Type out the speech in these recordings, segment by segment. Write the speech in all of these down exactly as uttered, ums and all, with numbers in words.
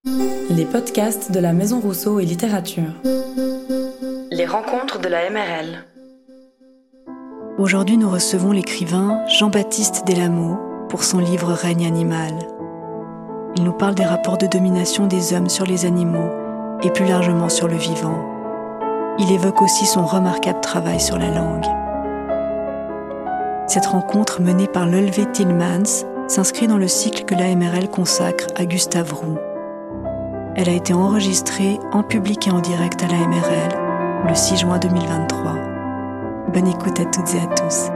Les podcasts de la Maison Rousseau et Littérature. Les rencontres de la M R L. Aujourd'hui, nous recevons l'écrivain Jean-Baptiste Deslameaux pour son livre Règne animal. Il nous parle des rapports de domination des hommes sur les animaux et plus largement sur le vivant. Il évoque aussi son remarquable travail sur la langue. Cette rencontre menée par Lölve Tillmans s'inscrit dans le cycle que l'A M R L consacre à Gustave Roux. Elle a été enregistrée en public et en direct à l'A M R L le six juin deux mille vingt-trois. Bonne écoute à toutes et à tous.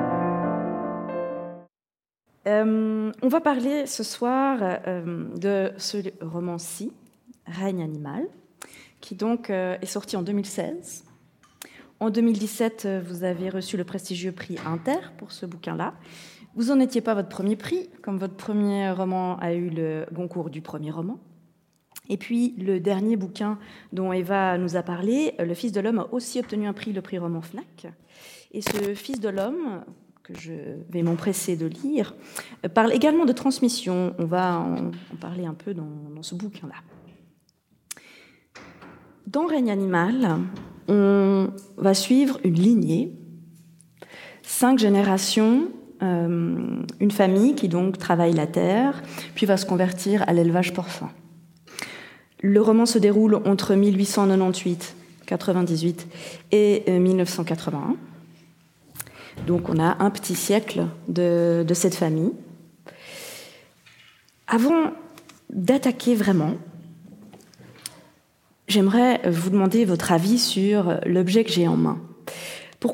Euh, on va parler ce soir euh, de ce roman-ci, Règne animal, qui donc euh, est sorti en deux mille seize. En deux mille dix-sept, vous avez reçu le prestigieux prix Inter pour ce bouquin-là. Vous n'en étiez pas votre premier prix, comme votre premier roman a eu le Goncourt du premier roman. Et puis, le dernier bouquin dont Eva nous a parlé, Le Fils de l'homme, a aussi obtenu un prix, le prix Roman Fnac. Et ce Fils de l'homme, que je vais m'empresser de lire, parle également de transmission. On va en, en parler un peu dans, dans ce bouquin-là. Dans Règne animal, on va suivre une lignée, cinq générations, euh, une famille qui donc travaille la terre, puis va se convertir à l'élevage porcin. Le roman se déroule entre mille huit cent quatre-vingt-dix-huit quatre-vingt-dix-huit et mille neuf cent quatre-vingt-un. Donc on a un petit siècle de, de cette famille. Avant d'attaquer vraiment, j'aimerais vous demander votre avis sur l'objet que j'ai en main. Pourquoi ?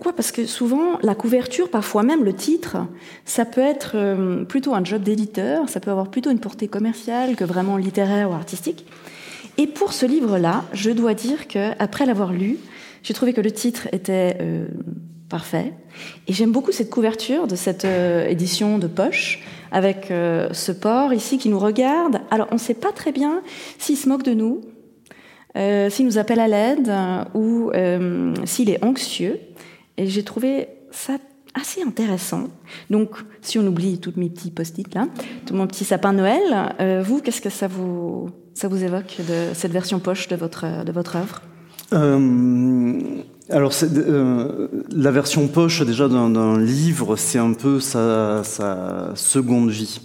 Parce que souvent, la couverture, parfois même le titre, ça peut être plutôt un job d'éditeur, ça peut avoir plutôt une portée commerciale que vraiment littéraire ou artistique. Et pour ce livre-là, je dois dire qu'après l'avoir lu, j'ai trouvé que le titre était euh, parfait. Et j'aime beaucoup cette couverture de cette euh, édition de poche, avec euh, ce porc ici qui nous regarde. Alors, on ne sait pas très bien s'il se moque de nous, euh, s'il nous appelle à l'aide, euh, ou euh, s'il est anxieux. Et j'ai trouvé ça assez intéressant. Donc, si on oublie tous mes petits post-it là, tout mon petit sapin de Noël, euh, vous, qu'est-ce que ça vous... ça vous évoque de cette version poche de votre, de votre œuvre ? euh, Alors, c'est, euh, la version poche, déjà, d'un, d'un livre, c'est un peu sa, sa seconde vie.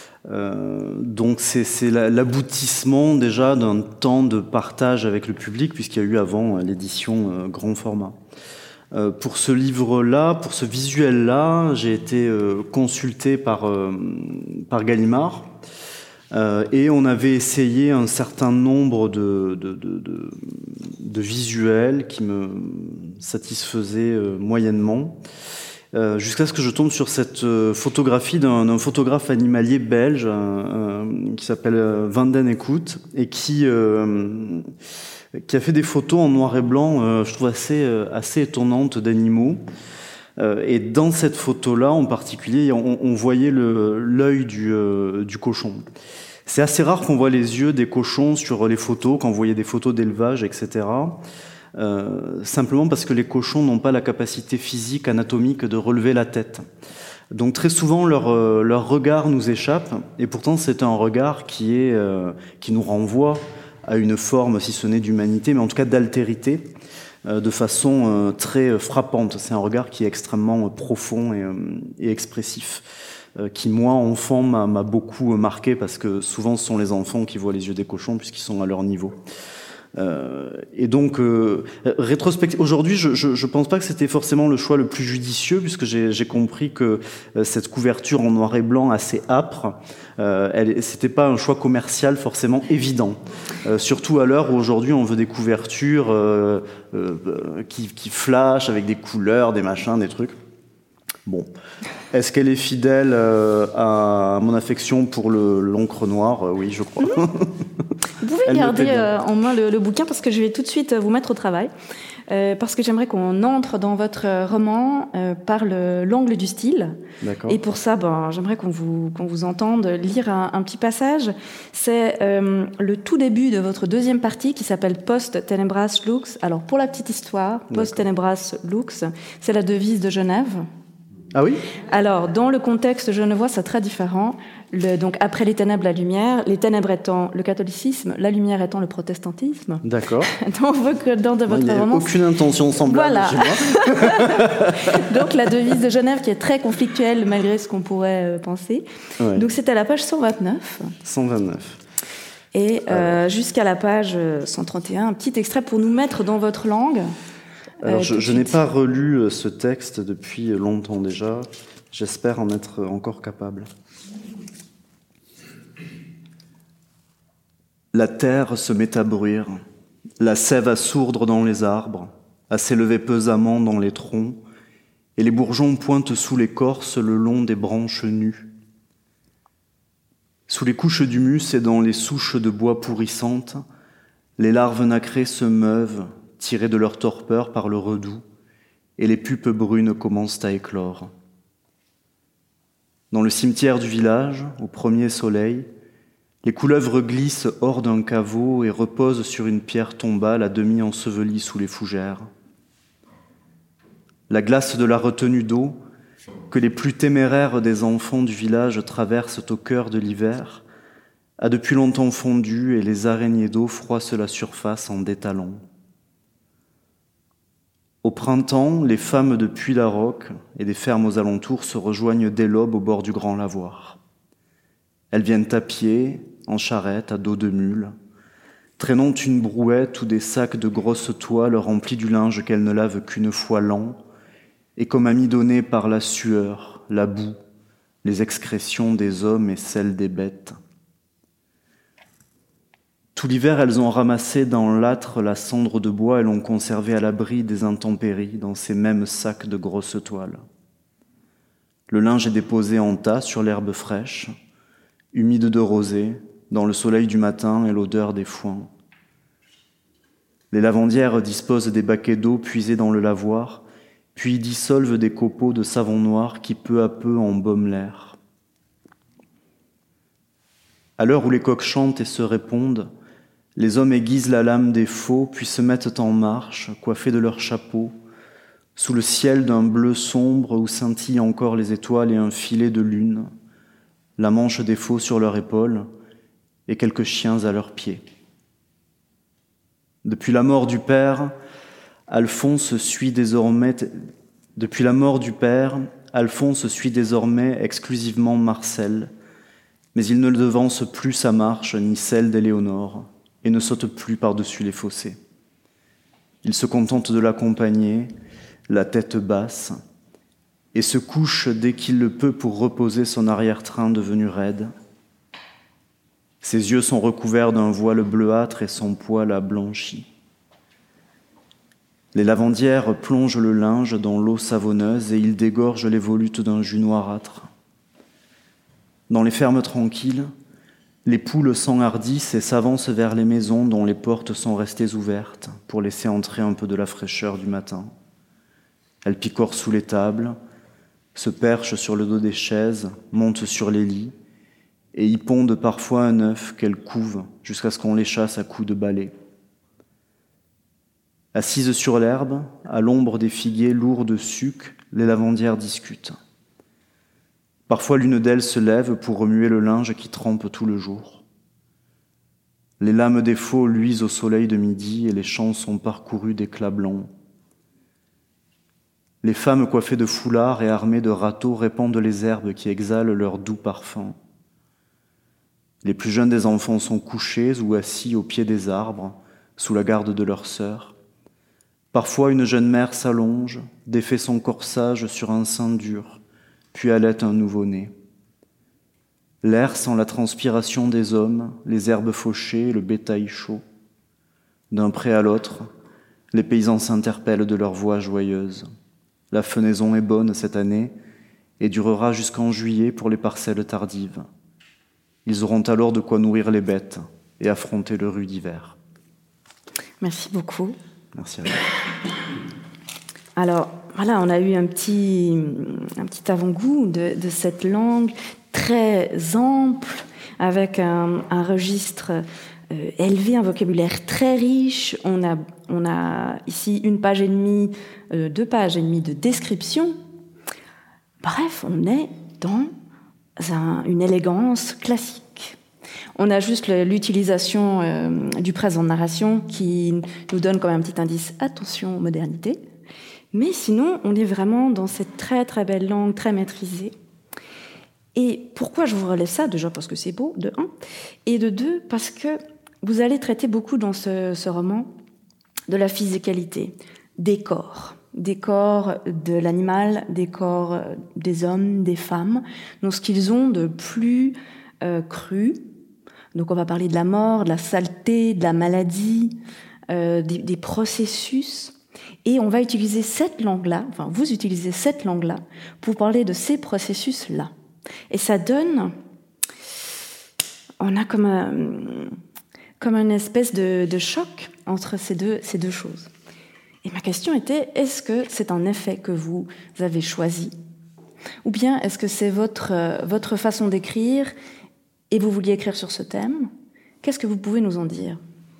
Euh, donc, c'est, c'est l'aboutissement, déjà, d'un temps de partage avec le public, puisqu'il y a eu avant l'édition euh, grand format. Euh, pour ce livre-là, pour ce visuel-là, j'ai été euh, consulté par, euh, par Gallimard. Euh, et on avait essayé un certain nombre de, de, de, de, de visuels qui me satisfaisaient euh, moyennement, euh, jusqu'à ce que je tombe sur cette euh, photographie d'un, d'un photographe animalier belge euh, qui s'appelle Van den Écoute et qui, euh, qui a fait des photos en noir et blanc, euh, je trouve assez, assez étonnantes d'animaux. Euh, et dans cette photo-là, en particulier, on, on voyait le, l'œil du, euh, du cochon. C'est assez rare qu'on voit les yeux des cochons sur les photos, quand vous voyez des photos d'élevage, et cetera. Euh, simplement parce que les cochons n'ont pas la capacité physique, anatomique de relever la tête. Donc très souvent, leur, euh, leur regard nous échappe, et pourtant c'est un regard qui, est, euh, qui nous renvoie à une forme, si ce n'est d'humanité, mais en tout cas d'altérité, de façon euh, très frappante. C'est un regard qui est extrêmement profond et, euh, et expressif, euh, qui, moi, enfant, m'a, m'a beaucoup marqué, parce que souvent, ce sont les enfants qui voient les yeux des cochons, puisqu'ils sont à leur niveau. Euh, et donc, euh, rétrospective, aujourd'hui, je, je, je pense pas que c'était forcément le choix le plus judicieux, puisque j'ai, j'ai compris que euh, cette couverture en noir et blanc assez âpre, euh, elle, c'était pas un choix commercial forcément évident. Euh, surtout à l'heure où aujourd'hui on veut des couvertures euh, euh, qui, qui flashent avec des couleurs, des machins, des trucs. Bon, est-ce qu'elle est fidèle euh, à mon affection pour le, l'encre noire ? euh, Oui, je crois. Mmh. Vous pouvez Elle garder euh, en main le, le bouquin, parce que je vais tout de suite vous mettre au travail, euh, parce que j'aimerais qu'on entre dans votre roman euh, par le, l'angle du style. D'accord. Et pour ça, ben, j'aimerais qu'on vous, qu'on vous entende lire un, un petit passage. C'est euh, le tout début de votre deuxième partie qui s'appelle Post Tenebras Lux. Alors, pour la petite histoire, Post Tenebras Lux, c'est la devise de Genève. Ah oui ? Alors, dans le contexte genevois, c'est très différent. Le, donc après les ténèbres, la lumière, les ténèbres étant le catholicisme, la lumière étant le protestantisme. D'accord. Donc dans de votre Il n'y a roman, aucune intention semblable voilà. chez moi. Donc la devise de Genève qui est très conflictuelle malgré ce qu'on pourrait euh, penser. Ouais. Donc c'est à la page cent vingt-neuf. cent vingt-neuf. Et euh, jusqu'à la page cent trente et un, un petit extrait pour nous mettre dans votre langue. Alors, euh, je, je n'ai pas relu ce texte depuis longtemps déjà. J'espère en être encore capable. La terre se met à bruire, la sève à sourdre dans les arbres, à s'élever pesamment dans les troncs, et les bourgeons pointent sous l'écorce le long des branches nues. Sous les couches d'humus et dans les souches de bois pourrissantes, les larves nacrées se meuvent, tirées de leur torpeur par le redoux, et les pupes brunes commencent à éclore. Dans le cimetière du village, au premier soleil, les couleuvres glissent hors d'un caveau et reposent sur une pierre tombale à demi ensevelie sous les fougères. La glace de la retenue d'eau, que les plus téméraires des enfants du village traversent au cœur de l'hiver, a depuis longtemps fondu et les araignées d'eau froissent la surface en détalant. Au printemps, les femmes de Puy-la-Roque et des fermes aux alentours se rejoignent dès l'aube au bord du grand lavoir. Elles viennent à pied, en charrette, à dos de mule, traînant une brouette ou des sacs de grosses toiles remplis du linge qu'elles ne lavent qu'une fois l'an, et comme amidonnées par la sueur, la boue, les excrétions des hommes et celles des bêtes. Tout l'hiver, elles ont ramassé dans l'âtre la cendre de bois et l'ont conservée à l'abri des intempéries dans ces mêmes sacs de grosses toiles. Le linge est déposé en tas sur l'herbe fraîche, humide de rosée, dans le soleil du matin et l'odeur des foins. Les lavandières disposent des baquets d'eau puisés dans le lavoir, puis y dissolvent des copeaux de savon noir qui peu à peu embaument l'air. À l'heure où les coqs chantent et se répondent, les hommes aiguisent la lame des faux, puis se mettent en marche, coiffés de leurs chapeaux, sous le ciel d'un bleu sombre où scintillent encore les étoiles et un filet de lune, la manche des faux sur leur épaule et quelques chiens à leurs pieds. Depuis la mort du père, Alphonse suit désormais, depuis la mort du père, Alphonse suit désormais exclusivement Marcel, mais il ne devance plus sa marche ni celle d'Éléonore et ne saute plus par-dessus les fossés. Il se contente de l'accompagner, la tête basse, et se couche dès qu'il le peut pour reposer son arrière-train devenu raide. Ses yeux sont recouverts d'un voile bleuâtre et son poil a blanchi. Les lavandières plongent le linge dans l'eau savonneuse et il dégorge les volutes d'un jus noirâtre. Dans les fermes tranquilles, les poules s'enhardissent et s'avancent vers les maisons dont les portes sont restées ouvertes pour laisser entrer un peu de la fraîcheur du matin. Elles picorent sous les tables, se perchent sur le dos des chaises, montent sur les lits et y pondent parfois un œuf qu'elles couvent jusqu'à ce qu'on les chasse à coups de balai. Assises sur l'herbe, à l'ombre des figuiers lourds de suc, les lavandières discutent. Parfois, l'une d'elles se lève pour remuer le linge qui trempe tout le jour. Les lames des faux luisent au soleil de midi et les champs sont parcourus d'éclats blancs. Les femmes coiffées de foulards et armées de râteaux répandent les herbes qui exhalent leur doux parfum. Les plus jeunes des enfants sont couchés ou assis au pied des arbres, sous la garde de leur sœur. Parfois, une jeune mère s'allonge, défait son corsage sur un sein dur, puis allaite un nouveau-né. L'air sent la transpiration des hommes, les herbes fauchées, le bétail chaud. D'un pré à l'autre, les paysans s'interpellent de leur voix joyeuse. La fenaison est bonne cette année et durera jusqu'en juillet pour les parcelles tardives. Ils auront alors de quoi nourrir les bêtes et affronter le rude hiver. Merci beaucoup. Merci à vous. Alors, voilà, on a eu un petit, un petit avant-goût de, de cette langue très ample, avec un, un registre euh, élevé, un vocabulaire très riche. On a, on a ici une page et demie, euh, deux pages et demie de description. Bref, on est dans un, une élégance classique. On a juste le, l'utilisation euh, du présent de narration qui nous donne comme un petit indice, attention aux modernités. Mais sinon, on est vraiment dans cette très très belle langue, très maîtrisée. Et pourquoi je vous relève ça? Déjà parce que c'est beau, de un. Et de deux, parce que vous allez traiter beaucoup dans ce, ce roman de la physicalité, des corps. Des corps de l'animal, des corps des hommes, des femmes, dans ce qu'ils ont de plus euh, cru. Donc on va parler de la mort, de la saleté, de la maladie, euh, des, des processus. Et on va utiliser cette langue-là, enfin vous utilisez cette langue-là pour parler de ces processus-là. Et ça donne, on a comme un, comme une espèce de, de choc entre ces deux, ces deux choses. Et ma question était, est-ce que c'est un effet que vous avez choisi? Ou bien est-ce que c'est votre, votre façon d'écrire et vous vouliez écrire sur ce thème? Qu'est-ce que vous pouvez nous en dire?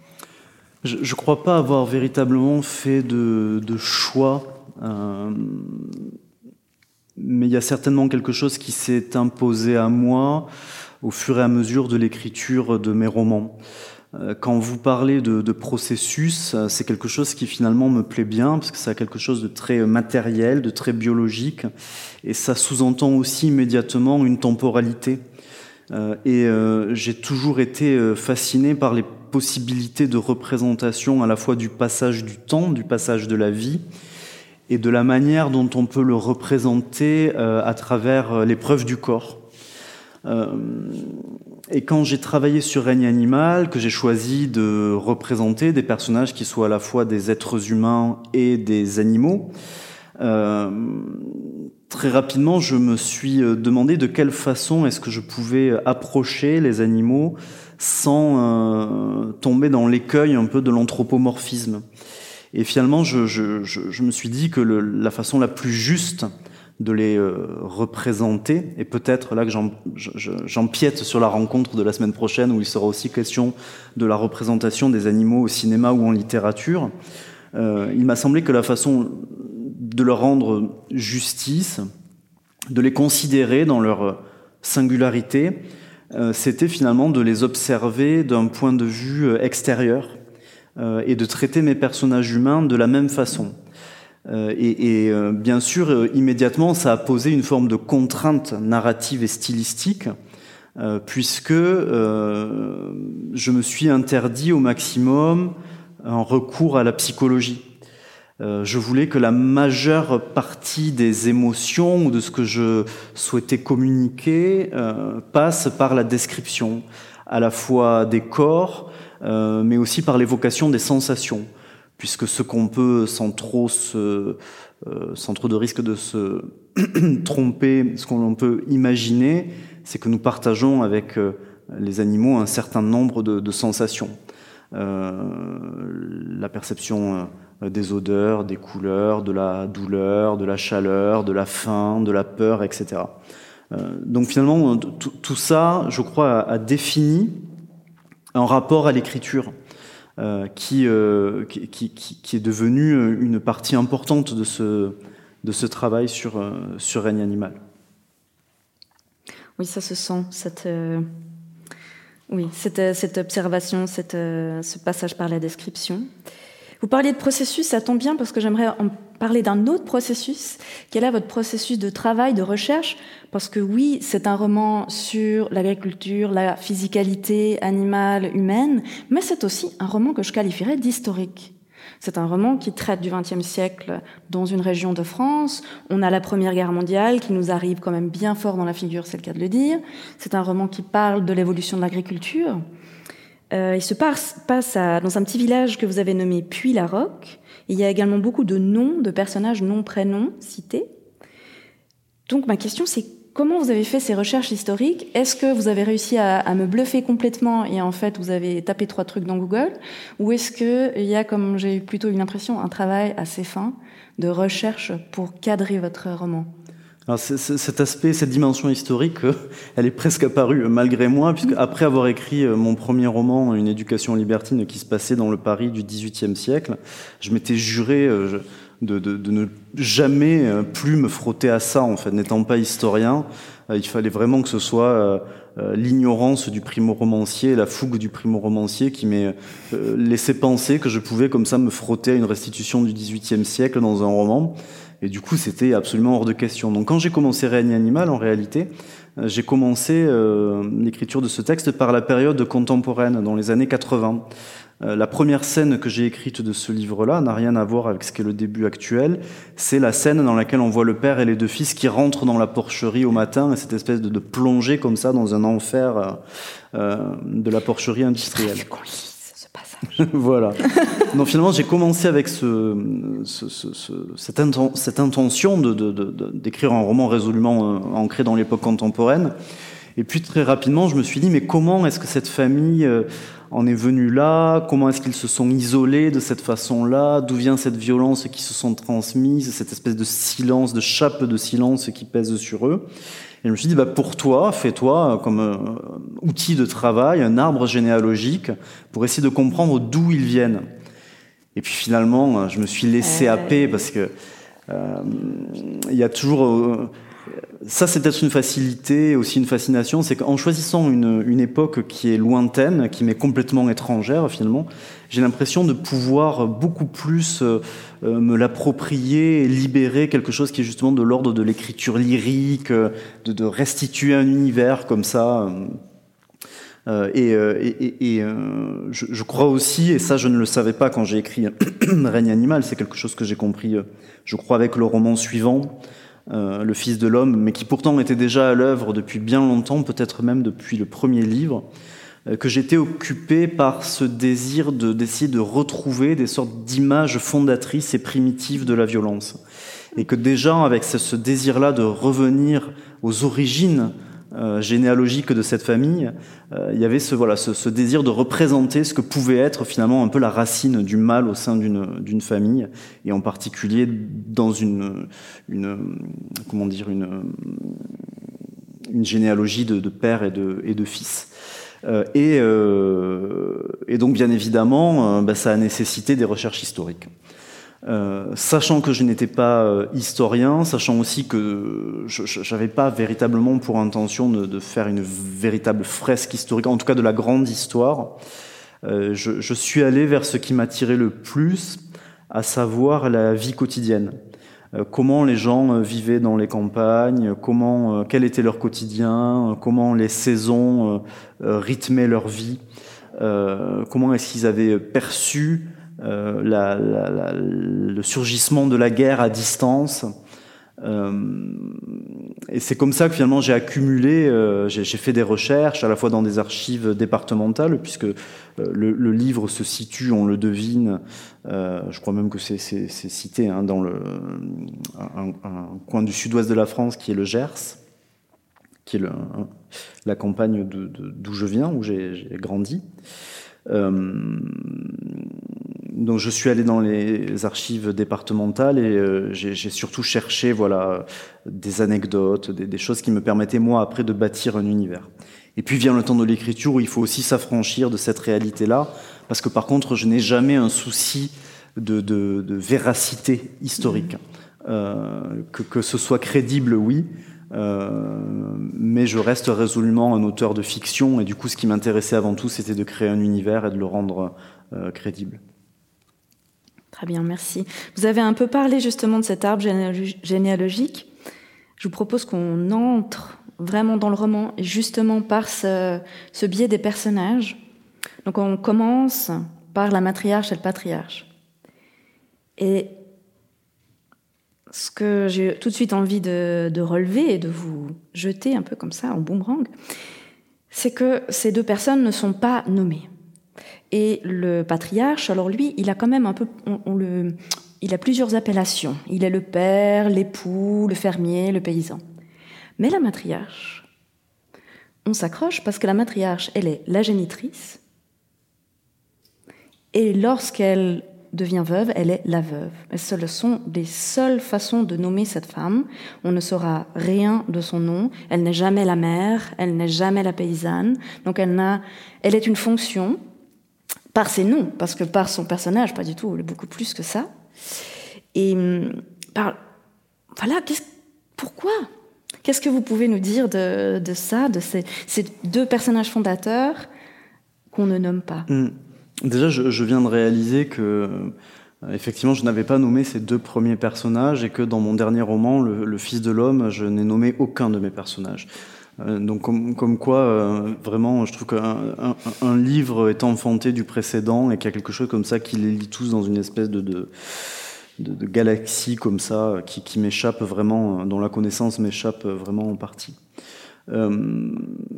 Je ne crois pas avoir véritablement fait de, de choix, euh, mais il y a certainement quelque chose qui s'est imposé à moi au fur et à mesure de l'écriture de mes romans. Quand vous parlez de, de processus, c'est quelque chose qui finalement me plaît bien, parce que c'est quelque chose de très matériel, de très biologique, et ça sous-entend aussi immédiatement une temporalité. Et j'ai toujours été fasciné par les possibilités de représentation à la fois du passage du temps, du passage de la vie, et de la manière dont on peut le représenter à travers l'épreuve du corps. Euh, et quand j'ai travaillé sur Règne animal, que j'ai choisi de représenter des personnages qui soient à la fois des êtres humains et des animaux, euh, très rapidement je me suis demandé de quelle façon est-ce que je pouvais approcher les animaux sans euh, tomber dans l'écueil un peu de l'anthropomorphisme. Et finalement je, je, je, je me suis dit que le, la façon la plus juste de les euh, représenter, et peut-être là que j'en, j'empiète sur la rencontre de la semaine prochaine où il sera aussi question de la représentation des animaux au cinéma ou en littérature, euh, il m'a semblé que la façon de leur rendre justice, de les considérer dans leur singularité, euh, c'était finalement de les observer d'un point de vue extérieur euh, et de traiter mes personnages humains de la même façon. Euh, et, et euh, bien sûr, euh, immédiatement, ça a posé une forme de contrainte narrative et stylistique, euh, puisque euh, je me suis interdit au maximum un recours à la psychologie. Euh, je voulais que la majeure partie des émotions ou de ce que je souhaitais communiquer euh, passe par la description, à la fois des corps, euh, mais aussi par l'évocation des sensations. Puisque ce qu'on peut, sans trop, se, euh, sans trop de risque de se tromper, ce qu'on peut imaginer, c'est que nous partageons avec euh, les animaux un certain nombre de, de sensations. Euh, la perception euh, des odeurs, des couleurs, de la douleur, de la chaleur, de la faim, de la peur, et cetera. Euh, donc finalement, tout, tout ça, je crois, a, a défini un rapport à l'écriture. Euh, qui, euh, qui, qui, qui est devenu une partie importante de ce, de ce travail sur, euh, sur Règne animal. Oui, ça se sent, cette, euh, oui, cette, cette observation, cette, euh, ce passage par la description. Vous parliez de processus, ça tombe bien parce que j'aimerais en parler d'un autre processus. Quel est votre processus de travail, de recherche? Parce que oui, c'est un roman sur l'agriculture, la physicalité animale, humaine, mais c'est aussi un roman que je qualifierais d'historique. C'est un roman qui traite du vingtième siècle dans une région de France. On a la Première Guerre mondiale qui nous arrive quand même bien fort dans la figure, c'est le cas de le dire. C'est un roman qui parle de l'évolution de l'agriculture. Euh, il se passe, passe à, dans un petit village que vous avez nommé Puy-la-Roque. Il y a également beaucoup de noms, de personnages, noms, prénoms cités. Donc ma question, c'est comment vous avez fait ces recherches historiques? Est-ce que vous avez réussi à, à me bluffer complètement et en fait vous avez tapé trois trucs dans Google? Ou est-ce qu'il y a, comme j'ai eu plutôt une impression, un travail assez fin de recherche pour cadrer votre roman? Alors c'est, c'est, cet aspect, cette dimension historique, euh, elle est presque apparue malgré moi, puisque après avoir écrit euh, mon premier roman, Une éducation libertine, qui se passait dans le Paris du dix-huitième siècle, je m'étais juré, euh, je, de, de, de ne jamais plus me frotter à ça, en fait. N'étant pas historien, euh, il fallait vraiment que ce soit euh, euh, l'ignorance du primo-romancier, la fougue du primo-romancier qui m'ait euh, laissé penser que je pouvais comme ça me frotter à une restitution du dix-huitième siècle dans un roman. Et du coup, c'était absolument hors de question. Donc quand j'ai commencé Règne animal, en réalité, euh, j'ai commencé euh, l'écriture de ce texte par la période contemporaine, dans les années quatre-vingts. Euh, la première scène que j'ai écrite de ce livre-là n'a rien à voir avec ce qu'est le début actuel. C'est la scène dans laquelle on voit le père et les deux fils qui rentrent dans la porcherie au matin, et cette espèce de, de plongée comme ça dans un enfer euh, euh, de la porcherie industrielle. Il faut qu'on lise ce passage. Voilà. Donc finalement, j'ai commencé avec ce, ce, ce, ce, cette, inten- cette intention de, de, de, de, d'écrire un roman résolument euh, ancré dans l'époque contemporaine. Et puis très rapidement, je me suis dit, mais comment est-ce que cette famille euh, en est venue là? Comment est-ce qu'ils se sont isolés de cette façon-là? D'où vient cette violence qui se sont transmises, cette espèce de silence, de chape de silence qui pèse sur eux? Et je me suis dit, bah, pour toi, fais-toi comme euh, outil de travail un arbre généalogique pour essayer de comprendre d'où ils viennent. Et puis finalement, je me suis laissé euh... happer parce que euh, il y a toujours... Euh, ça, c'est peut-être une facilité, aussi une fascination, c'est qu'en choisissant une, une époque qui est lointaine, qui m'est complètement étrangère, finalement, j'ai l'impression de pouvoir beaucoup plus euh, me l'approprier et libérer quelque chose qui est justement de l'ordre de l'écriture lyrique, de, de restituer un univers comme ça. Euh, et et, et, et euh, je, je crois aussi, et ça je ne le savais pas quand j'ai écrit Règne animal, c'est quelque chose que j'ai compris, je crois, avec le roman suivant, Euh, Le Fils de l'homme, mais qui pourtant était déjà à l'œuvre depuis bien longtemps, peut-être même depuis le premier livre, euh, que j'étais occupé par ce désir de, d'essayer de retrouver des sortes d'images fondatrices et primitives de la violence. Et que déjà, avec ce, ce désir-là de revenir aux origines euh, généalogiques de cette famille, euh, il y avait ce, voilà, ce, ce désir de représenter ce que pouvait être finalement un peu la racine du mal au sein d'une, d'une famille, et en particulier dans une, une comment dire, une, une généalogie de, de père et de, et de fils. Euh, et, euh, et donc, bien évidemment, euh, bah, ça a nécessité des recherches historiques. Euh, sachant que je n'étais pas euh, historien, sachant aussi que je n'avais pas véritablement pour intention de, de faire une véritable fresque historique, en tout cas de la grande histoire, euh, je, je suis allé vers ce qui m'attirait le plus, à savoir la vie quotidienne. Euh, comment les gens euh, vivaient dans les campagnes, comment, euh, quel était leur quotidien, euh, comment les saisons euh, euh, rythmaient leur vie, euh, comment est-ce qu'ils avaient perçu Euh, la, la, la, le surgissement de la guerre à distance. Euh, et c'est comme ça que finalement j'ai accumulé, euh, j'ai, j'ai fait des recherches à la fois dans des archives départementales, puisque euh, le, le livre se situe, on le devine, euh, je crois même que c'est, c'est, c'est cité hein, dans le, un, un coin du sud-ouest de la France qui est le Gers, qui est le, la campagne de, de, d'où je viens, où j'ai, j'ai grandi. Euh, donc je suis allé dans les archives départementales et euh, j'ai, j'ai surtout cherché voilà, des anecdotes, des, des choses qui me permettaient moi après de bâtir un univers. Et puis vient le temps de l'écriture où il faut aussi s'affranchir de cette réalité-là, parce que par contre je n'ai jamais un souci de, de, de véracité historique. Euh, que, que ce soit crédible, oui, Euh, mais je reste résolument un auteur de fiction et du coup ce qui m'intéressait avant tout c'était de créer un univers et de le rendre euh, crédible. Très bien, merci. Vous avez un peu parlé justement de cet arbre généalogique. Je vous propose qu'on entre vraiment dans le roman et justement par ce, ce biais des personnages. Donc on commence par la matriarche et le patriarche. Et ce que j'ai tout de suite envie de, de relever et de vous jeter un peu comme ça en boomerang, c'est que ces deux personnes ne sont pas nommées. Et le patriarche, alors lui, il a quand même un peu, on, on le, il a plusieurs appellations. Il est le père, l'époux, le fermier, le paysan. Mais la matriarche, on s'accroche parce que la matriarche, elle est la génitrice. Et lorsqu'elle devient veuve, elle est la veuve. Et ce sont les seules façons de nommer cette femme. On ne saura rien de son nom. Elle n'est jamais la mère, elle n'est jamais la paysanne. Donc elle n'a, elle est une fonction par ses noms, parce que par son personnage, pas du tout, elle est beaucoup plus que ça. Et par, voilà, qu'est-ce, pourquoi ? Qu'est-ce que vous pouvez nous dire de, de ça, de ces, ces deux personnages fondateurs qu'on ne nomme pas ? mmh. Déjà, je, je viens de réaliser que, euh, effectivement, je n'avais pas nommé ces deux premiers personnages et que dans mon dernier roman, Le, le Fils de l'homme, je n'ai nommé aucun de mes personnages. Euh, donc, comme, comme quoi, euh, vraiment, je trouve qu'un un, un livre est enfanté du précédent et qu'il y a quelque chose comme ça qui les lie tous dans une espèce de... de De, de galaxies comme ça qui, qui m'échappent vraiment, dont la connaissance m'échappe vraiment en partie. Euh,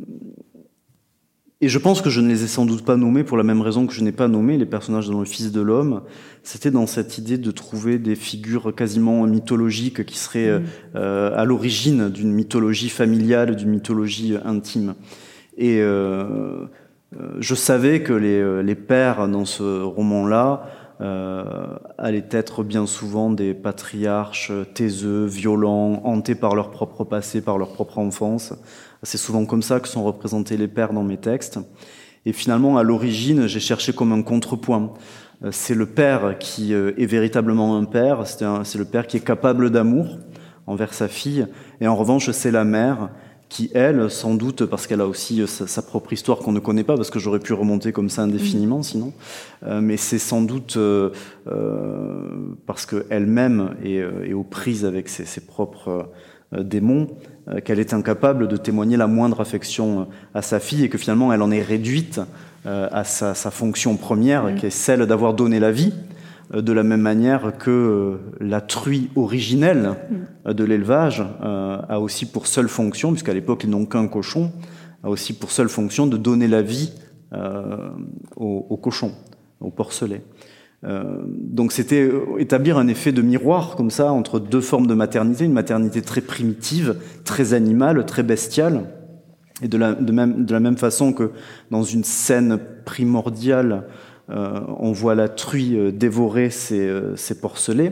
et je pense que je ne les ai sans doute pas nommés pour la même raison que je n'ai pas nommé les personnages dans Le Fils de l'homme. C'était dans cette idée de trouver des figures quasiment mythologiques qui seraient mmh. euh, à l'origine d'une mythologie familiale, d'une mythologie intime. Et euh, je savais que les, les pères dans ce roman-là Euh, allaient être bien souvent des patriarches taiseux, violents, hantés par leur propre passé, par leur propre enfance. C'est souvent comme ça que sont représentés les pères dans mes textes. Et finalement, à l'origine, j'ai cherché comme un contrepoint. Euh, c'est le père qui euh, est véritablement un père, c'est, un, c'est le père qui est capable d'amour envers sa fille, et en revanche, c'est la mère qui, elle, sans doute, parce qu'elle a aussi sa, sa propre histoire qu'on ne connaît pas, parce que j'aurais pu remonter comme ça indéfiniment, mmh. sinon, euh, mais c'est sans doute euh, euh, parce qu'elle-même est, est aux prises avec ses, ses propres euh, démons, euh, qu'elle est incapable de témoigner la moindre affection à sa fille, et que finalement, elle en est réduite euh, à sa, sa fonction première, mmh. qui est celle d'avoir donné la vie, de la même manière que la truie originelle de l'élevage euh, a aussi pour seule fonction, puisqu'à l'époque ils n'ont qu'un cochon, a aussi pour seule fonction de donner la vie euh, au, au cochon, au porcelet. Euh, donc c'était établir un effet de miroir comme ça entre deux formes de maternité, une maternité très primitive, très animale, très bestiale, et de la, de même, de la même façon que dans une scène primordiale, Euh, on voit la truie euh, dévorer ses, euh, ses porcelets.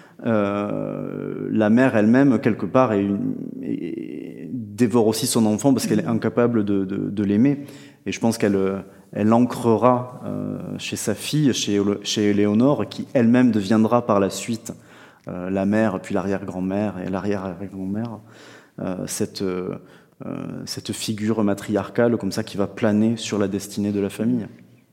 Euh, la mère elle-même, quelque part, est une, est, dévore aussi son enfant parce qu'elle est incapable de, de, de l'aimer. Et je pense qu'elle elle ancrera euh, chez sa fille, chez, chez Éléonore, qui elle-même deviendra par la suite euh, la mère, puis l'arrière-grand-mère et l'arrière-arrière-grand-mère, euh, cette, euh, cette figure matriarcale comme ça qui va planer sur la destinée de la famille.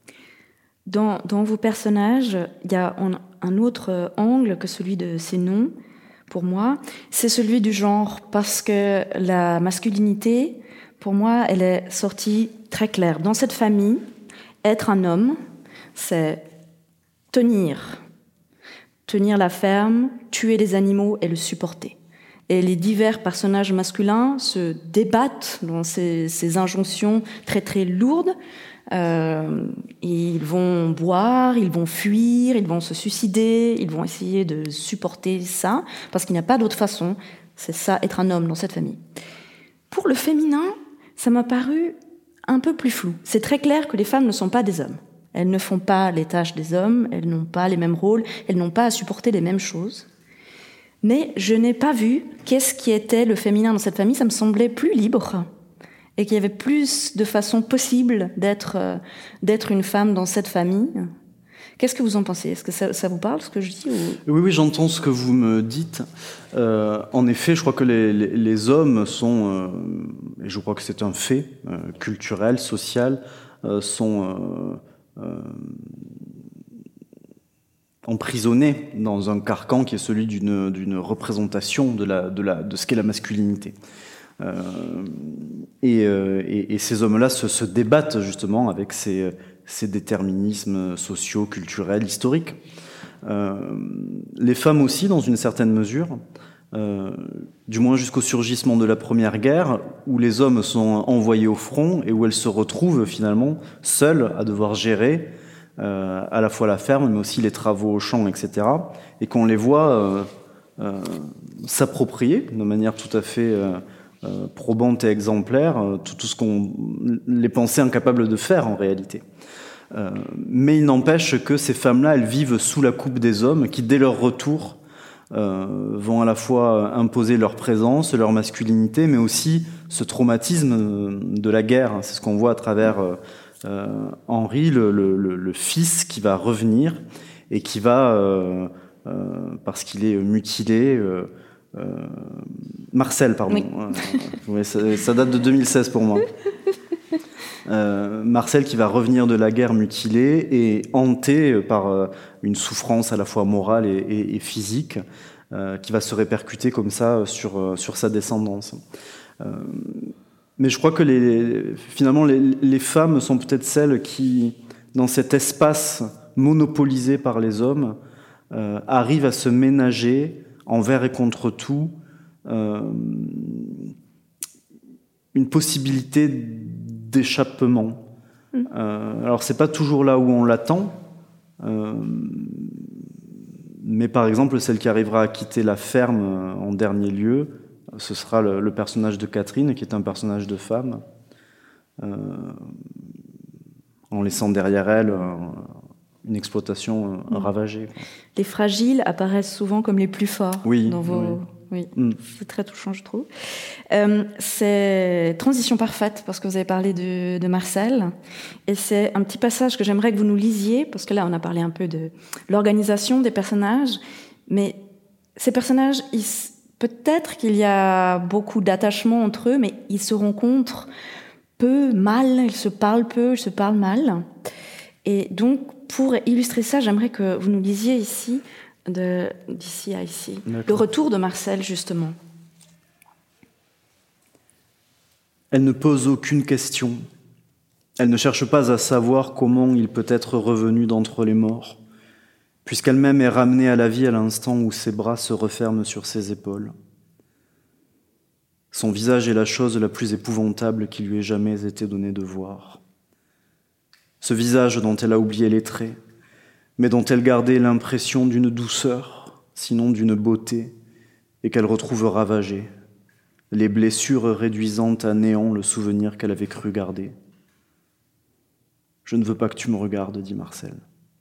Dans, dans vos personnages, il y a un autre angle que celui de ces noms, pour moi. C'est celui du genre, parce que la masculinité, pour moi, elle est sortie très claire. Dans cette famille, être un homme, c'est tenir. Tenir la ferme, tuer les animaux et le supporter. Et les divers personnages masculins se débattent dans ces, ces injonctions très très lourdes. Euh, ils vont boire, ils vont fuir, ils vont se suicider, ils vont essayer de supporter ça, parce qu'il n'y a pas d'autre façon. C'est ça, être un homme dans cette famille. Pour le féminin, ça m'a paru un peu plus flou. C'est très clair que les femmes ne sont pas des hommes. Elles ne font pas les tâches des hommes, elles n'ont pas les mêmes rôles, elles n'ont pas à supporter les mêmes choses. Mais je n'ai pas vu qu'est-ce qui était le féminin dans cette famille. Ça me semblait plus libre et qu'il y avait plus de façons possibles d'être, euh, d'être une femme dans cette famille. Qu'est-ce que vous en pensez ? Est-ce que ça, ça vous parle, ce que je dis ou... Oui, oui, j'entends ce que vous me dites. Euh, en effet, je crois que les, les, les hommes sont, euh, et je crois que c'est un fait euh, culturel, social, euh, sont euh, euh, emprisonnés dans un carcan qui est celui d'une, d'une représentation de, la, de, la, de ce qu'est la masculinité. Euh, et, euh, et, et ces hommes-là se, se débattent justement avec ces, ces déterminismes sociaux, culturels, historiques. Euh, les femmes aussi, dans une certaine mesure, euh, du moins jusqu'au surgissement de la Première Guerre, où les hommes sont envoyés au front et où elles se retrouvent finalement seules à devoir gérer euh, à la fois la ferme, mais aussi les travaux au champ, et cetera. Et qu'on les voit euh, euh, s'approprier de manière tout à fait... Euh, Euh, probante et exemplaire, euh, tout, tout ce qu'on les pensait incapables de faire en réalité. Euh, mais il n'empêche que ces femmes-là, elles vivent sous la coupe des hommes qui, dès leur retour, euh, vont à la fois imposer leur présence, leur masculinité, mais aussi ce traumatisme de la guerre. C'est ce qu'on voit à travers euh, euh, Henri, le, le, le fils qui va revenir et qui va... Euh, euh, parce qu'il est mutilé. Euh, euh, Marcel, pardon. Oui. Euh, ouais, ça, ça date de deux mille seize pour moi. Euh, Marcel qui va revenir de la guerre mutilé et hanté par euh, une souffrance à la fois morale et, et, et physique euh, qui va se répercuter comme ça sur, euh, sur sa descendance. Euh, mais je crois que les, finalement les, les femmes sont peut-être celles qui, dans cet espace monopolisé par les hommes, euh, arrivent à se ménager envers et contre tout euh, une possibilité d'échappement. Mmh. Euh, alors c'est pas toujours là où on l'attend, euh, mais par exemple celle qui arrivera à quitter la ferme euh, en dernier lieu, ce sera le, le personnage de Catherine, qui est un personnage de femme, euh, en laissant derrière elle euh, une exploitation euh, mmh. ravagée. Les fragiles apparaissent souvent comme les plus forts oui, dans vos... Oui. Oui, mm. c'est très touchant, je trouve. Euh, c'est transition parfaite, parce que vous avez parlé de, de Marcel, et c'est un petit passage que j'aimerais que vous nous lisiez, parce que là, on a parlé un peu de l'organisation des personnages, mais ces personnages, ils, peut-être qu'il y a beaucoup d'attachement entre eux, mais ils se rencontrent peu, mal, ils se parlent peu, ils se parlent mal. Et donc, pour illustrer ça, j'aimerais que vous nous lisiez ici, De, d'ici à ici. D'accord. Le retour de Marcel, justement. Elle ne pose aucune question. Elle ne cherche pas à savoir comment il peut être revenu d'entre les morts, puisqu'elle-même est ramenée à la vie à l'instant où ses bras se referment sur ses épaules. Son visage est la chose la plus épouvantable qui lui ait jamais été donnée de voir. Ce visage dont elle a oublié les traits, mais dont elle gardait l'impression d'une douceur, sinon d'une beauté, et qu'elle retrouve ravagée, les blessures réduisant à néant le souvenir qu'elle avait cru garder. « Je ne veux pas que tu me regardes, dit Marcel. »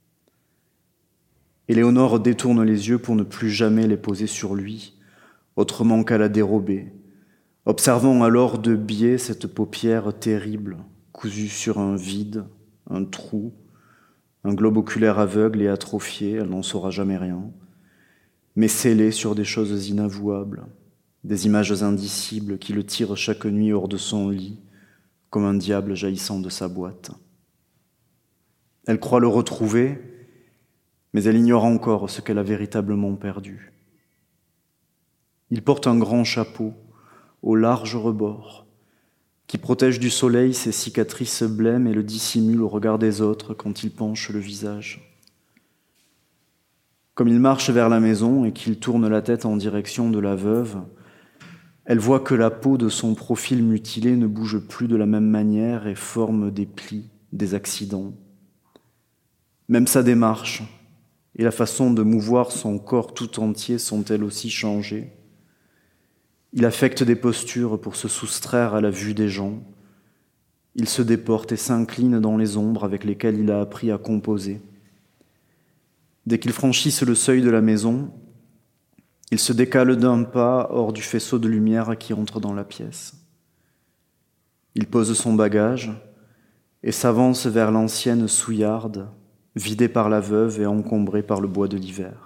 Éléonore détourne les yeux pour ne plus jamais les poser sur lui, autrement qu'à la dérober, observant alors de biais cette paupière terrible, cousue sur un vide, un trou, un globe oculaire aveugle et atrophié, elle n'en saura jamais rien, mais scellé sur des choses inavouables, des images indicibles qui le tirent chaque nuit hors de son lit, comme un diable jaillissant de sa boîte. Elle croit le retrouver, mais elle ignore encore ce qu'elle a véritablement perdu. Il porte un grand chapeau, au large rebord, qui protège du soleil ses cicatrices blêmes et le dissimule au regard des autres quand il penche le visage. Comme il marche vers la maison et qu'il tourne la tête en direction de la veuve, elle voit que la peau de son profil mutilé ne bouge plus de la même manière et forme des plis, des accidents. Même sa démarche et la façon de mouvoir son corps tout entier sont elles aussi changées. Il affecte des postures pour se soustraire à la vue des gens. Il se déporte et s'incline dans les ombres avec lesquelles il a appris à composer. Dès qu'ils franchissent le seuil de la maison, il se décale d'un pas hors du faisceau de lumière qui entre dans la pièce. Il pose son bagage et s'avance vers l'ancienne souillarde, vidée par la veuve et encombrée par le bois de l'hiver.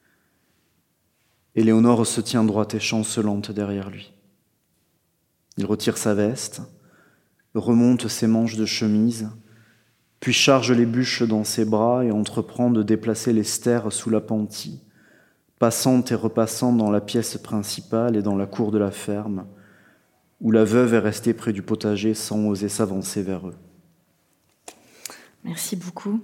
Éléonore se tient droite et chancelante derrière lui. Il retire sa veste, remonte ses manches de chemise, puis charge les bûches dans ses bras et entreprend de déplacer les stères sous l'appentis, passant et repassant dans la pièce principale et dans la cour de la ferme, où la veuve est restée près du potager sans oser s'avancer vers eux. Merci beaucoup.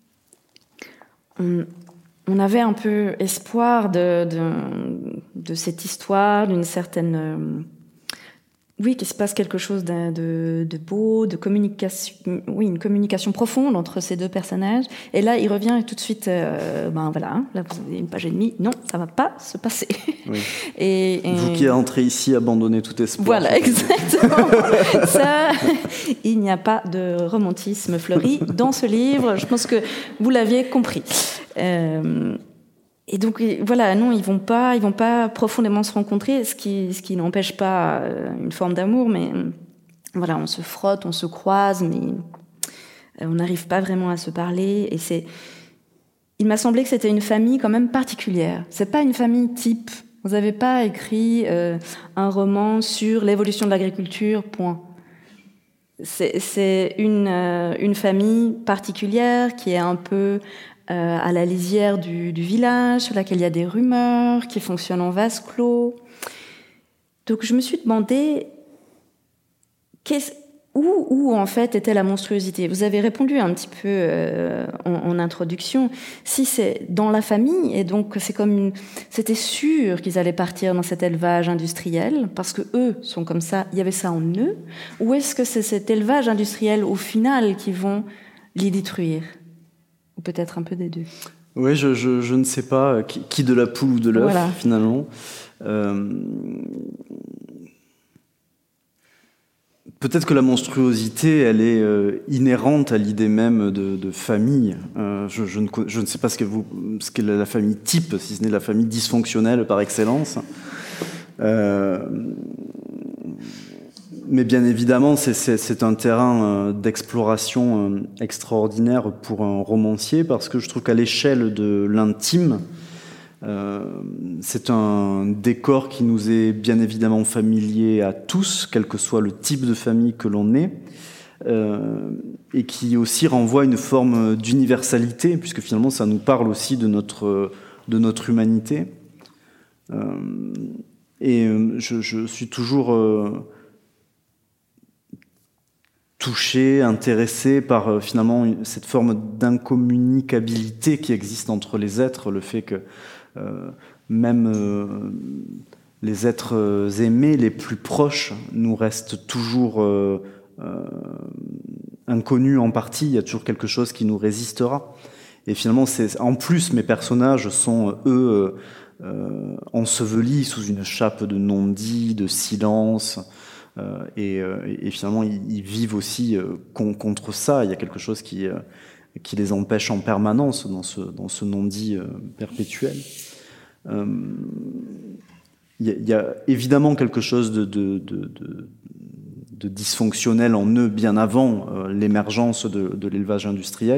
On... On avait un peu espoir de, de, de cette histoire, d'une certaine... Euh, oui, qu'il se passe quelque chose de, de, de beau, de communication... Oui, une communication profonde entre ces deux personnages. Et là, il revient et tout de suite... Euh, ben voilà, hein, là, vous avez une page et demie. Non, ça ne va pas se passer. Oui. Et, et... Vous qui entrez ici, abandonnez tout espoir. Voilà, exactement. Ça, il n'y a pas de romantisme fleuri dans ce livre. Je pense que vous l'aviez compris. Euh, et donc voilà, non, ils vont pas, ils vont pas profondément se rencontrer, ce qui, ce qui n'empêche pas une forme d'amour, mais voilà, on se frotte, on se croise, mais on n'arrive pas vraiment à se parler. Et c'est, il m'a semblé que c'était une famille quand même particulière. C'est pas une famille type. Vous n'avez pas écrit euh, un roman sur l'évolution de l'agriculture, point. C'est, c'est une, euh, une famille particulière qui est un peu euh, à la lisière du, du village, sur laquelle il y a des rumeurs, qui fonctionne en vase clos. Donc je me suis demandé qu'est-ce, où, où en fait était la monstruosité. Vous avez répondu un petit peu euh, en, en introduction. Si c'est dans la famille, et donc c'est comme une, c'était sûr qu'ils allaient partir dans cet élevage industriel parce que eux sont comme ça. Il y avait ça en eux. Ou est-ce que c'est cet élevage industriel au final qui vont les détruire? Ou peut-être un peu des deux. Oui, je, je, je ne sais pas qui, qui de la poule ou de l'œuf voilà. Finalement. Euh... Peut-être que la monstruosité, elle est euh, inhérente à l'idée même de, de famille. Euh, je, je, ne, je ne sais pas ce qu'est, vous, ce qu'est la famille type, si ce n'est la famille dysfonctionnelle par excellence. Euh, mais bien évidemment, c'est, c'est, c'est un terrain euh, d'exploration euh, extraordinaire pour un romancier, parce que je trouve qu'à l'échelle de l'intime, Euh, c'est un décor qui nous est bien évidemment familier à tous, quel que soit le type de famille que l'on est, euh, et qui aussi renvoie une forme d'universalité, puisque finalement ça nous parle aussi de notre, de notre humanité. Euh, et je, je suis toujours euh, touché, intéressé par euh, finalement cette forme d'incommunicabilité qui existe entre les êtres, le fait que Euh, même euh, les êtres aimés les plus proches nous restent toujours euh, euh, inconnus en partie. Il y a toujours quelque chose qui nous résistera. Et finalement, c'est, en plus, mes personnages sont, eux, euh, ensevelis sous une chape de non-dit, de silence. Euh, et, et finalement, ils, ils vivent aussi euh, con, contre ça. Il y a quelque chose qui... Euh, qui les empêche en permanence dans ce, dans ce non-dit euh, perpétuel. Il euh, y, y a évidemment quelque chose de, de, de, de, de dysfonctionnel en eux bien avant euh, l'émergence de, de l'élevage industriel.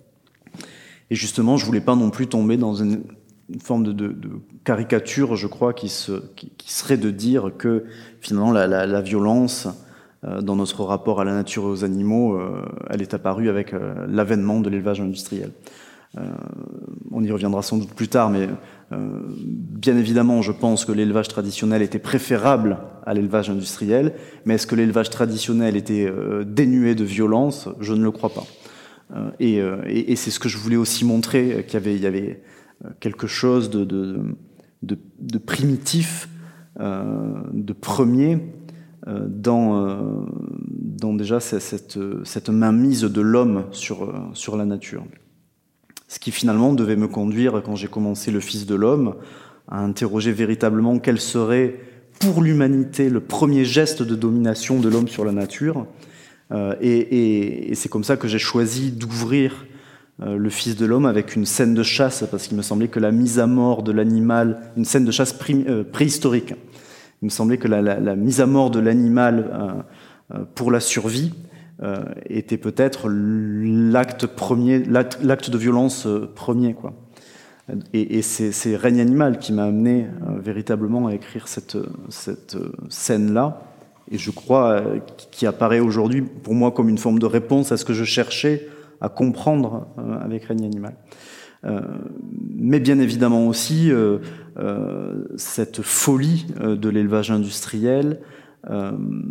Et justement, je ne voulais pas non plus tomber dans une, une forme de, de, de caricature, je crois, qui, se, qui, qui serait de dire que finalement la, la, la violence dans notre rapport à la nature et aux animaux, euh, elle est apparue avec euh, l'avènement de l'élevage industriel. Euh, on y reviendra sans doute plus tard, mais euh, bien évidemment, je pense que l'élevage traditionnel était préférable à l'élevage industriel, mais est-ce que l'élevage traditionnel était euh, dénué de violence? Je ne le crois pas. Euh, et, euh, et, et c'est ce que je voulais aussi montrer, qu'il y avait, il y avait quelque chose de, de, de, de primitif, euh, de premier, Dans, dans déjà cette, cette mainmise de l'homme sur, sur la nature. Ce qui finalement devait me conduire, quand j'ai commencé Le Fils de l'homme, à interroger véritablement quel serait pour l'humanité le premier geste de domination de l'homme sur la nature. Et, et, et c'est comme ça que j'ai choisi d'ouvrir Le Fils de l'homme avec une scène de chasse, parce qu'il me semblait que la mise à mort de l'animal, une scène de chasse pré, euh, préhistorique, il me semblait que la, la, la mise à mort de l'animal euh, pour la survie euh, était peut-être l'acte premier, l'acte, l'acte de violence premier, quoi. Et, et c'est, c'est Règne animal qui m'a amené euh, véritablement à écrire cette, cette scène-là, et je crois euh, qui apparaît aujourd'hui pour moi comme une forme de réponse à ce que je cherchais à comprendre euh, avec Règne animal. Euh, mais bien évidemment aussi euh, euh, cette folie euh, de l'élevage industriel euh,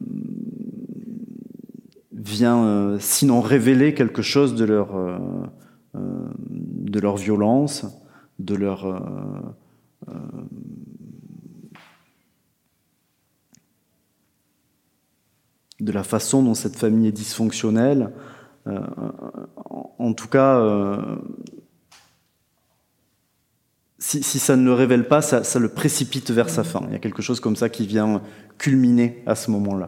vient euh, sinon révéler quelque chose de leur, euh, euh, de leur violence, de leur euh, euh, de la façon dont cette famille est dysfonctionnelle. Euh, en, en tout cas, euh, Si, si ça ne le révèle pas, ça, ça le précipite vers sa fin. Il y a quelque chose comme ça qui vient culminer à ce moment-là.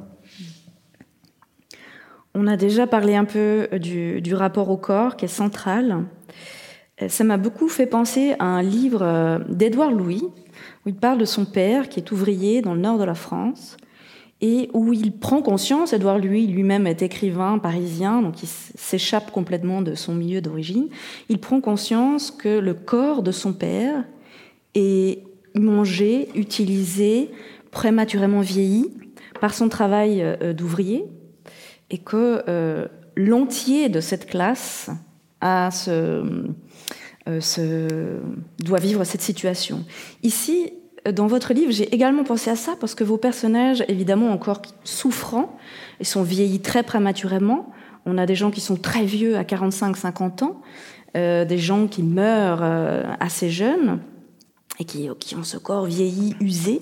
On a déjà parlé un peu du, du rapport au corps, qui est central. Ça m'a beaucoup fait penser à un livre d'Édouard Louis, où il parle de son père, qui est ouvrier dans le nord de la France, et où il prend conscience, Édouard Louis lui-même est écrivain parisien, donc il s'échappe complètement de son milieu d'origine, il prend conscience que le corps de son père est mangé, utilisé, prématurément vieilli par son travail d'ouvrier, et que euh, l'entier de cette classe a ce, euh, ce, doit vivre cette situation. Ici, dans votre livre, j'ai également pensé à ça parce que vos personnages, évidemment encore souffrants, ils sont vieillis très prématurément. On a des gens qui sont très vieux, à quarante-cinq cinquante ans, euh, des gens qui meurent euh, assez jeunes et qui, qui ont ce corps vieilli, usé.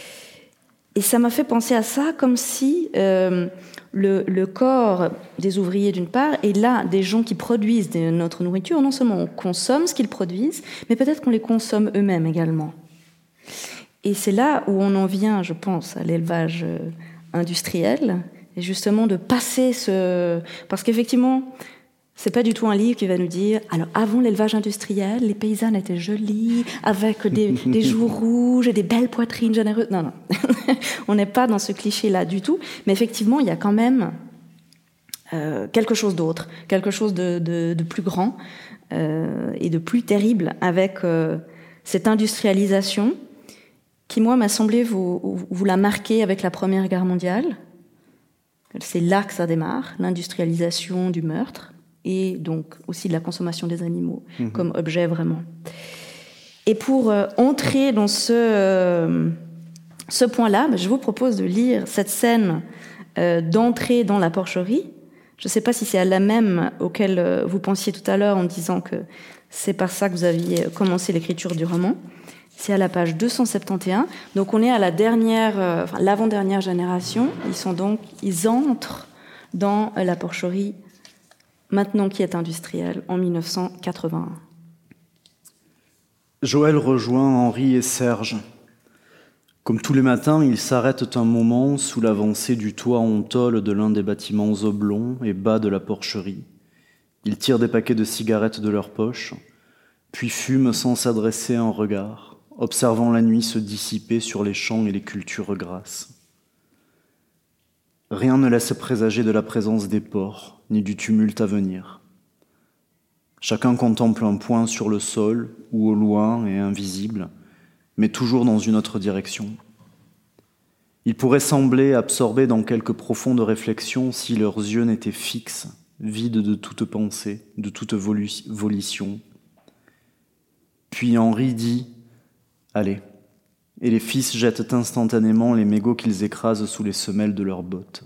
Et ça m'a fait penser à ça comme si euh, le, le corps des ouvriers, d'une part, et là, des gens qui produisent de notre nourriture, non seulement on consomme ce qu'ils produisent, mais peut-être qu'on les consomme eux-mêmes également. Et c'est là où on en vient, je pense, à l'élevage industriel, et justement de passer ce... Parce qu'effectivement, c'est pas du tout un livre qui va nous dire « Alors, avant l'élevage industriel, les paysannes étaient jolies, avec des, des joues rouges et des belles poitrines généreuses. » Non, non. On n'est pas dans ce cliché-là du tout. Mais effectivement, il y a quand même euh, quelque chose d'autre, quelque chose de, de, de plus grand euh, et de plus terrible avec euh, cette industrialisation qui, moi, m'a semblé vous, vous la marquer avec la Première Guerre mondiale. C'est là que ça démarre, l'industrialisation du meurtre et donc aussi de la consommation des animaux mmh. comme objet vraiment. Et pour euh, entrer dans ce, euh, ce point-là, ben, je vous propose de lire cette scène euh, d'entrée dans la porcherie. Je ne sais pas si c'est à la même auquel euh, vous pensiez tout à l'heure en disant que c'est par ça que vous aviez commencé l'écriture du roman. C'est à la page deux cent soixante et onze. Donc on est à la dernière, euh, enfin, l'avant-dernière génération. Ils sont donc, ils entrent dans la porcherie maintenant qui est industrielle en mille neuf cent quatre-vingt-un. Joël rejoint Henri et Serge. Comme tous les matins, ils s'arrêtent un moment sous l'avancée du toit en tôle de l'un des bâtiments oblongs et bas de la porcherie. Ils tirent des paquets de cigarettes de leurs poches, puis fument sans s'adresser un regard, observant la nuit se dissiper sur les champs et les cultures grasses. Rien ne laisse présager de la présence des porcs, ni du tumulte à venir. Chacun contemple un point sur le sol, ou au loin et invisible, mais toujours dans une autre direction. Ils pourraient sembler absorbés dans quelque profonde réflexion si leurs yeux n'étaient fixes, vides de toute pensée, de toute volition. Puis Henri dit « Allez », et les fils jettent instantanément les mégots qu'ils écrasent sous les semelles de leurs bottes.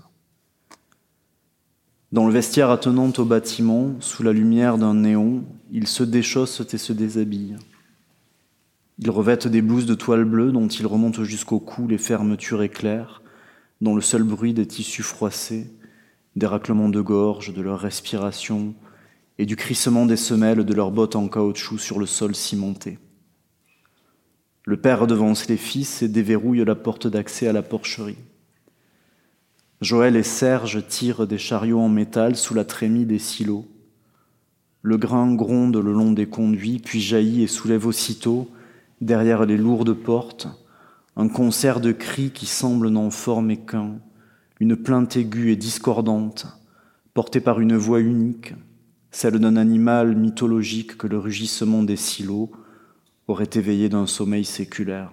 Dans le vestiaire attenant au bâtiment, sous la lumière d'un néon, ils se déchaussent et se déshabillent. Ils revêtent des blouses de toile bleue dont ils remontent jusqu'au cou les fermetures éclairs, dont le seul bruit des tissus froissés, des raclements de gorge, de leur respiration et du crissement des semelles de leurs bottes en caoutchouc sur le sol cimenté. Le père devance les fils et déverrouille la porte d'accès à la porcherie. Joël et Serge tirent des chariots en métal sous la trémie des silos. Le grain gronde le long des conduits, puis jaillit et soulève aussitôt, derrière les lourdes portes, un concert de cris qui semble n'en former qu'un, une plainte aiguë et discordante, portée par une voix unique, celle d'un animal mythologique que le rugissement des silos aurait éveillé d'un sommeil séculaire.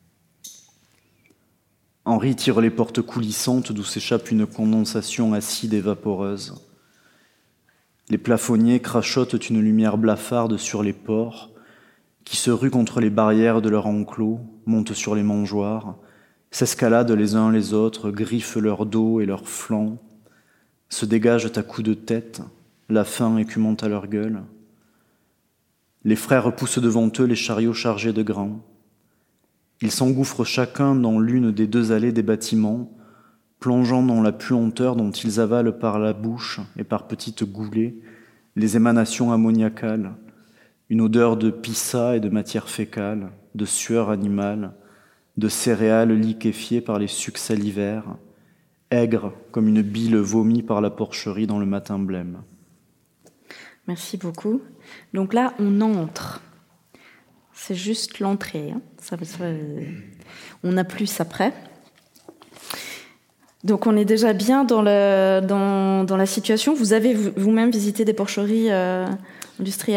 Henri tire les portes coulissantes d'où s'échappe une condensation acide et vaporeuse. Les plafonniers crachotent une lumière blafarde sur les porcs, qui se ruent contre les barrières de leur enclos, montent sur les mangeoires, s'escaladent les uns les autres, griffent leur dos et leurs flancs, se dégagent à coups de tête, la faim écumant à leur gueule. Les frères poussent devant eux les chariots chargés de grains. Ils s'engouffrent chacun dans l'une des deux allées des bâtiments, plongeant dans la puanteur dont ils avalent par la bouche et par petites goulées les émanations ammoniacales, une odeur de pissa et de matière fécale, de sueur animale, de céréales liquéfiées par les sucs salivaires, aigres comme une bile vomie par la porcherie dans le matin blême. Merci beaucoup. Donc là, on entre. C'est juste l'entrée. Hein. Ça, ça, on a plus après. Donc on est déjà bien dans, le, dans, dans la situation. Vous avez vous-même visité des porcheries euh, industrielles ?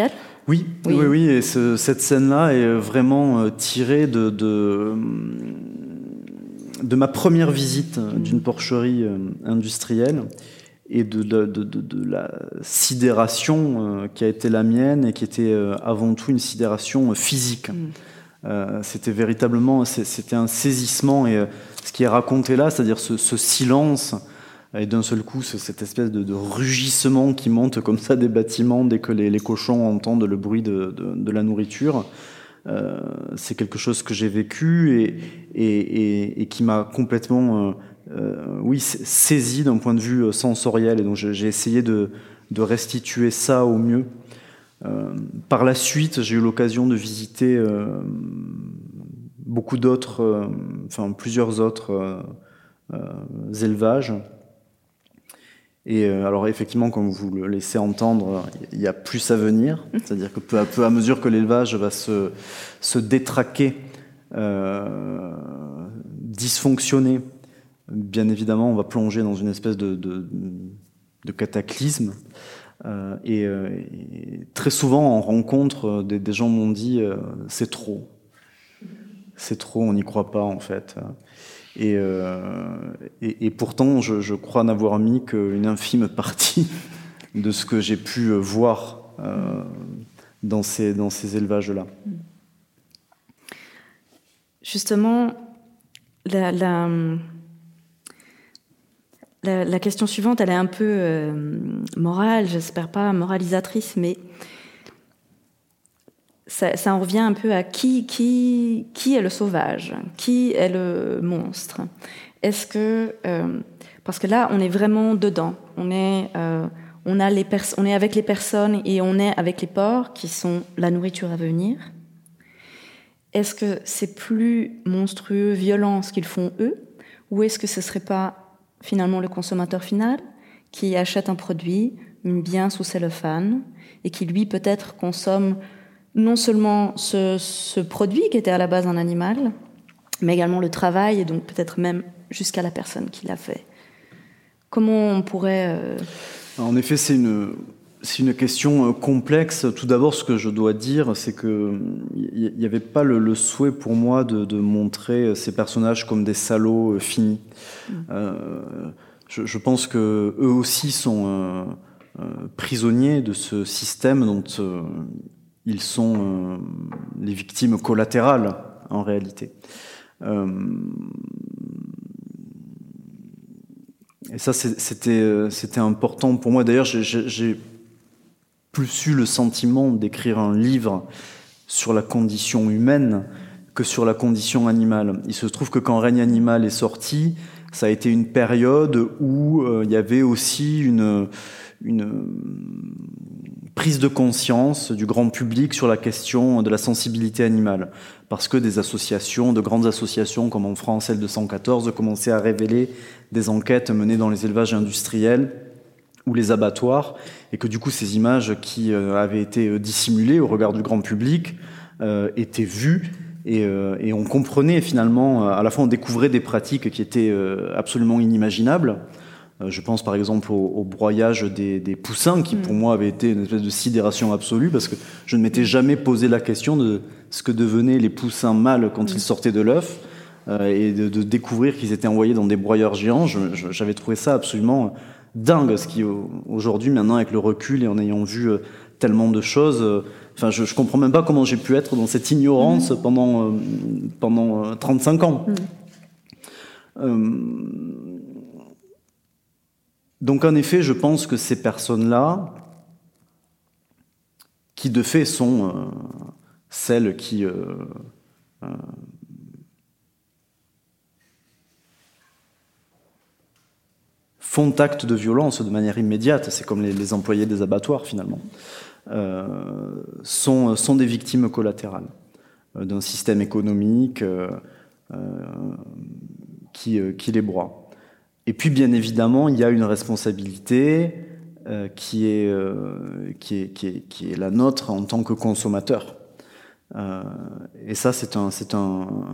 Oui, oui, oui, oui. Et ce, cette scène-là est vraiment tirée de, de, de ma première visite d'une porcherie industrielle et de, de, de, de, de la sidération qui a été la mienne et qui était avant tout une sidération physique. Mm. Euh, c'était véritablement, c'était un saisissement et euh, ce qui est raconté là, c'est-à-dire ce, ce silence et d'un seul coup cette espèce de, de rugissement qui monte comme ça des bâtiments dès que les, les cochons entendent le bruit de, de, de la nourriture, euh, c'est quelque chose que j'ai vécu et, et, et, et qui m'a complètement, euh, euh, oui, saisi d'un point de vue sensoriel. Et donc j'ai essayé de, de restituer ça au mieux. Euh, par la suite, j'ai eu l'occasion de visiter euh, beaucoup d'autres, euh, enfin plusieurs autres euh, euh, élevages. Et euh, alors effectivement, comme vous le laissez entendre, il y a plus à venir. C'est-à-dire que peu à peu, à mesure que l'élevage va se, se détraquer, euh, dysfonctionner, bien évidemment, on va plonger dans une espèce de, de, de cataclysme. Euh, et, euh, et très souvent en rencontre, des, des gens m'ont dit euh, c'est trop, c'est trop, on n'y croit pas en fait. Et, euh, et, et pourtant, je, je crois n'avoir mis qu'une infime partie de ce que j'ai pu voir euh, dans ces, dans ces élevages-là. Justement, la, la... La, la question suivante, elle est un peu euh, morale, j'espère pas moralisatrice, mais ça, ça en revient un peu à qui, qui, qui est le sauvage, qui est le monstre. Est-ce que, euh, parce que là, on est vraiment dedans, on est, euh, on a les pers- on est avec les personnes et on est avec les porcs qui sont la nourriture à venir. Est-ce que c'est plus monstrueux, violent ce qu'ils font eux, ou est-ce que ce serait pas finalement le consommateur final qui achète un produit bien sous cellophane et qui lui peut-être consomme non seulement ce, ce produit qui était à la base un animal, mais également le travail et donc peut-être même jusqu'à la personne qui l'a fait. Comment on pourrait... Euh... En effet, c'est une, c'est une question complexe. Tout d'abord, ce que je dois dire, c'est qu'il n'y avait pas le, le souhait pour moi de, de montrer ces personnages comme des salauds finis. Mmh. Euh, je, je pense qu'eux aussi sont euh, euh, prisonniers de ce système dont euh, ils sont euh, les victimes collatérales, en réalité. Euh, et ça, c'était, c'était important pour moi. D'ailleurs, j'ai, j'ai plus eu le sentiment d'écrire un livre sur la condition humaine que sur la condition animale. Il se trouve que quand Règne animal est sorti, ça a été une période où euh, il y avait aussi une, une prise de conscience du grand public sur la question de la sensibilité animale. Parce que des associations, de grandes associations comme en France, L deux cent quatorze, commençaient à révéler des enquêtes menées dans les élevages industriels ou les abattoirs, et que du coup ces images qui euh, avaient été dissimulées au regard du grand public euh, étaient vues, et, euh, et on comprenait finalement, à la fois on découvrait des pratiques qui étaient euh, absolument inimaginables. Euh, je pense par exemple au, au broyage des, des poussins, qui pour mmh. moi avait été une espèce de sidération absolue, parce que je ne m'étais jamais posé la question de ce que devenaient les poussins mâles quand mmh. ils sortaient de l'œuf, euh, et de, de découvrir qu'ils étaient envoyés dans des broyeurs géants. Je, je, j'avais trouvé ça absolument dingue, ce qui aujourd'hui, maintenant, avec le recul et en ayant vu euh, tellement de choses, euh, enfin, je, je comprends même pas comment j'ai pu être dans cette ignorance mmh. pendant euh, pendant euh, trente-cinq ans. Mmh. Euh, donc, en effet, je pense que ces personnes-là, qui de fait sont euh, celles qui euh, euh, font acte de violence de manière immédiate, c'est comme les, les employés des abattoirs finalement, euh, sont, sont des victimes collatérales euh, d'un système économique euh, euh, qui, euh, qui les broie. Et puis bien évidemment, il y a une responsabilité euh, qui, est, euh, qui, est, qui, est, qui est la nôtre en tant que consommateurs. Euh, et ça, c'est un, c'est un,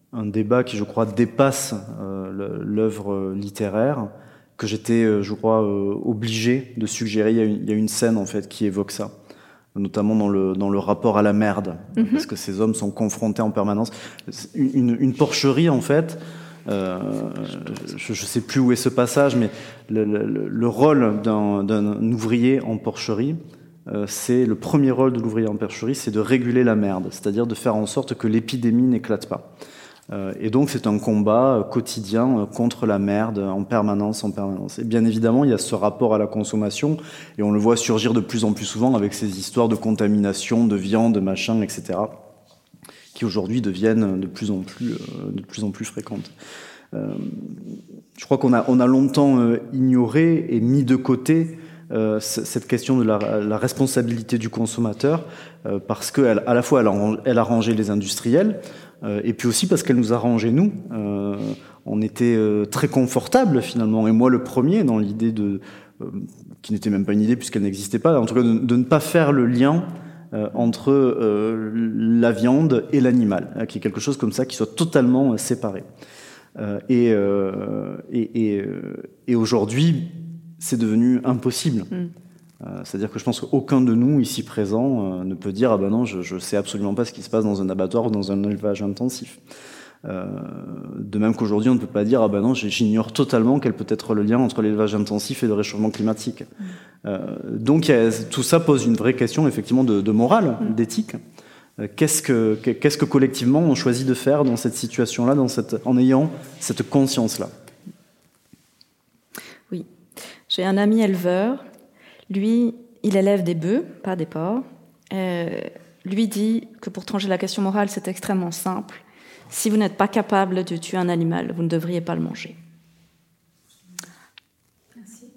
un débat qui, je crois, dépasse euh, l'œuvre littéraire, que j'étais, je crois, euh, obligé de suggérer. Il y, a une, il y a une scène, en fait, qui évoque ça, notamment dans le, dans le rapport à la merde, mmh. parce que ces hommes sont confrontés en permanence. Une, une porcherie, en fait, euh, je ne sais plus où est ce passage, mais le, le, le rôle d'un, d'un ouvrier en porcherie, euh, c'est le premier rôle de l'ouvrier en porcherie, c'est de réguler la merde, c'est-à-dire de faire en sorte que l'épidémie n'éclate pas. Euh, et donc c'est un combat quotidien contre la merde en permanence, en permanence. Et bien évidemment, il y a ce rapport à la consommation, et on le voit surgir de plus en plus souvent avec ces histoires de contamination, de viande, machin, et cetera, qui aujourd'hui deviennent de plus en plus, euh, de plus en plus fréquentes. Euh, je crois qu'on a, on a longtemps euh, ignoré et mis de côté euh, cette question de la, la responsabilité du consommateur, euh, parce qu'à à la fois elle a, elle a rangé les industriels, Euh, et puis aussi parce qu'elle nous a rangé, nous. Euh, on était euh, très confortables, finalement. Et moi, le premier, dans l'idée de... Euh, qui n'était même pas une idée, puisqu'elle n'existait pas, en tout cas, de, de ne pas faire le lien euh, entre euh, la viande et l'animal, hein, qui est quelque chose comme ça, qui soit totalement euh, séparé. Euh, et, euh, et, et, euh, et aujourd'hui, c'est devenu impossible. Mm. Euh, c'est-à-dire que je pense qu'aucun de nous, ici présents, euh, ne peut dire « Ah ben non, je ne sais absolument pas ce qui se passe dans un abattoir ou dans un élevage intensif euh, ». De même qu'aujourd'hui, on ne peut pas dire « Ah ben non, j'ignore totalement quel peut être le lien entre l'élevage intensif et le réchauffement climatique mmh. ». Euh, donc, y a, tout ça pose une vraie question, effectivement, de, de morale, mmh. d'éthique. Euh, qu'est-ce que, qu'est-ce que collectivement on choisit de faire dans cette situation-là, dans cette, en ayant cette conscience-là? Oui. J'ai un ami éleveur. Lui, il élève des bœufs, pas des porcs. Euh, lui dit que pour trancher la question morale, c'est extrêmement simple. Si vous n'êtes pas capable de tuer un animal, vous ne devriez pas le manger. Merci.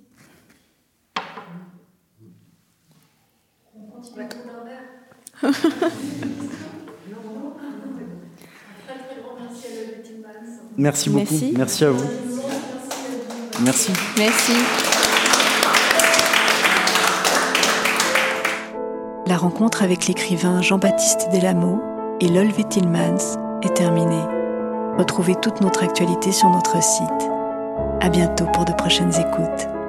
On continue à tourner un verre. Merci beaucoup. Merci. Merci à vous. Merci. Merci. La rencontre avec l'écrivain Jean-Baptiste Delamot et l'Ölve Tillmans est terminée. Retrouvez toute notre actualité sur notre site. À bientôt pour de prochaines écoutes.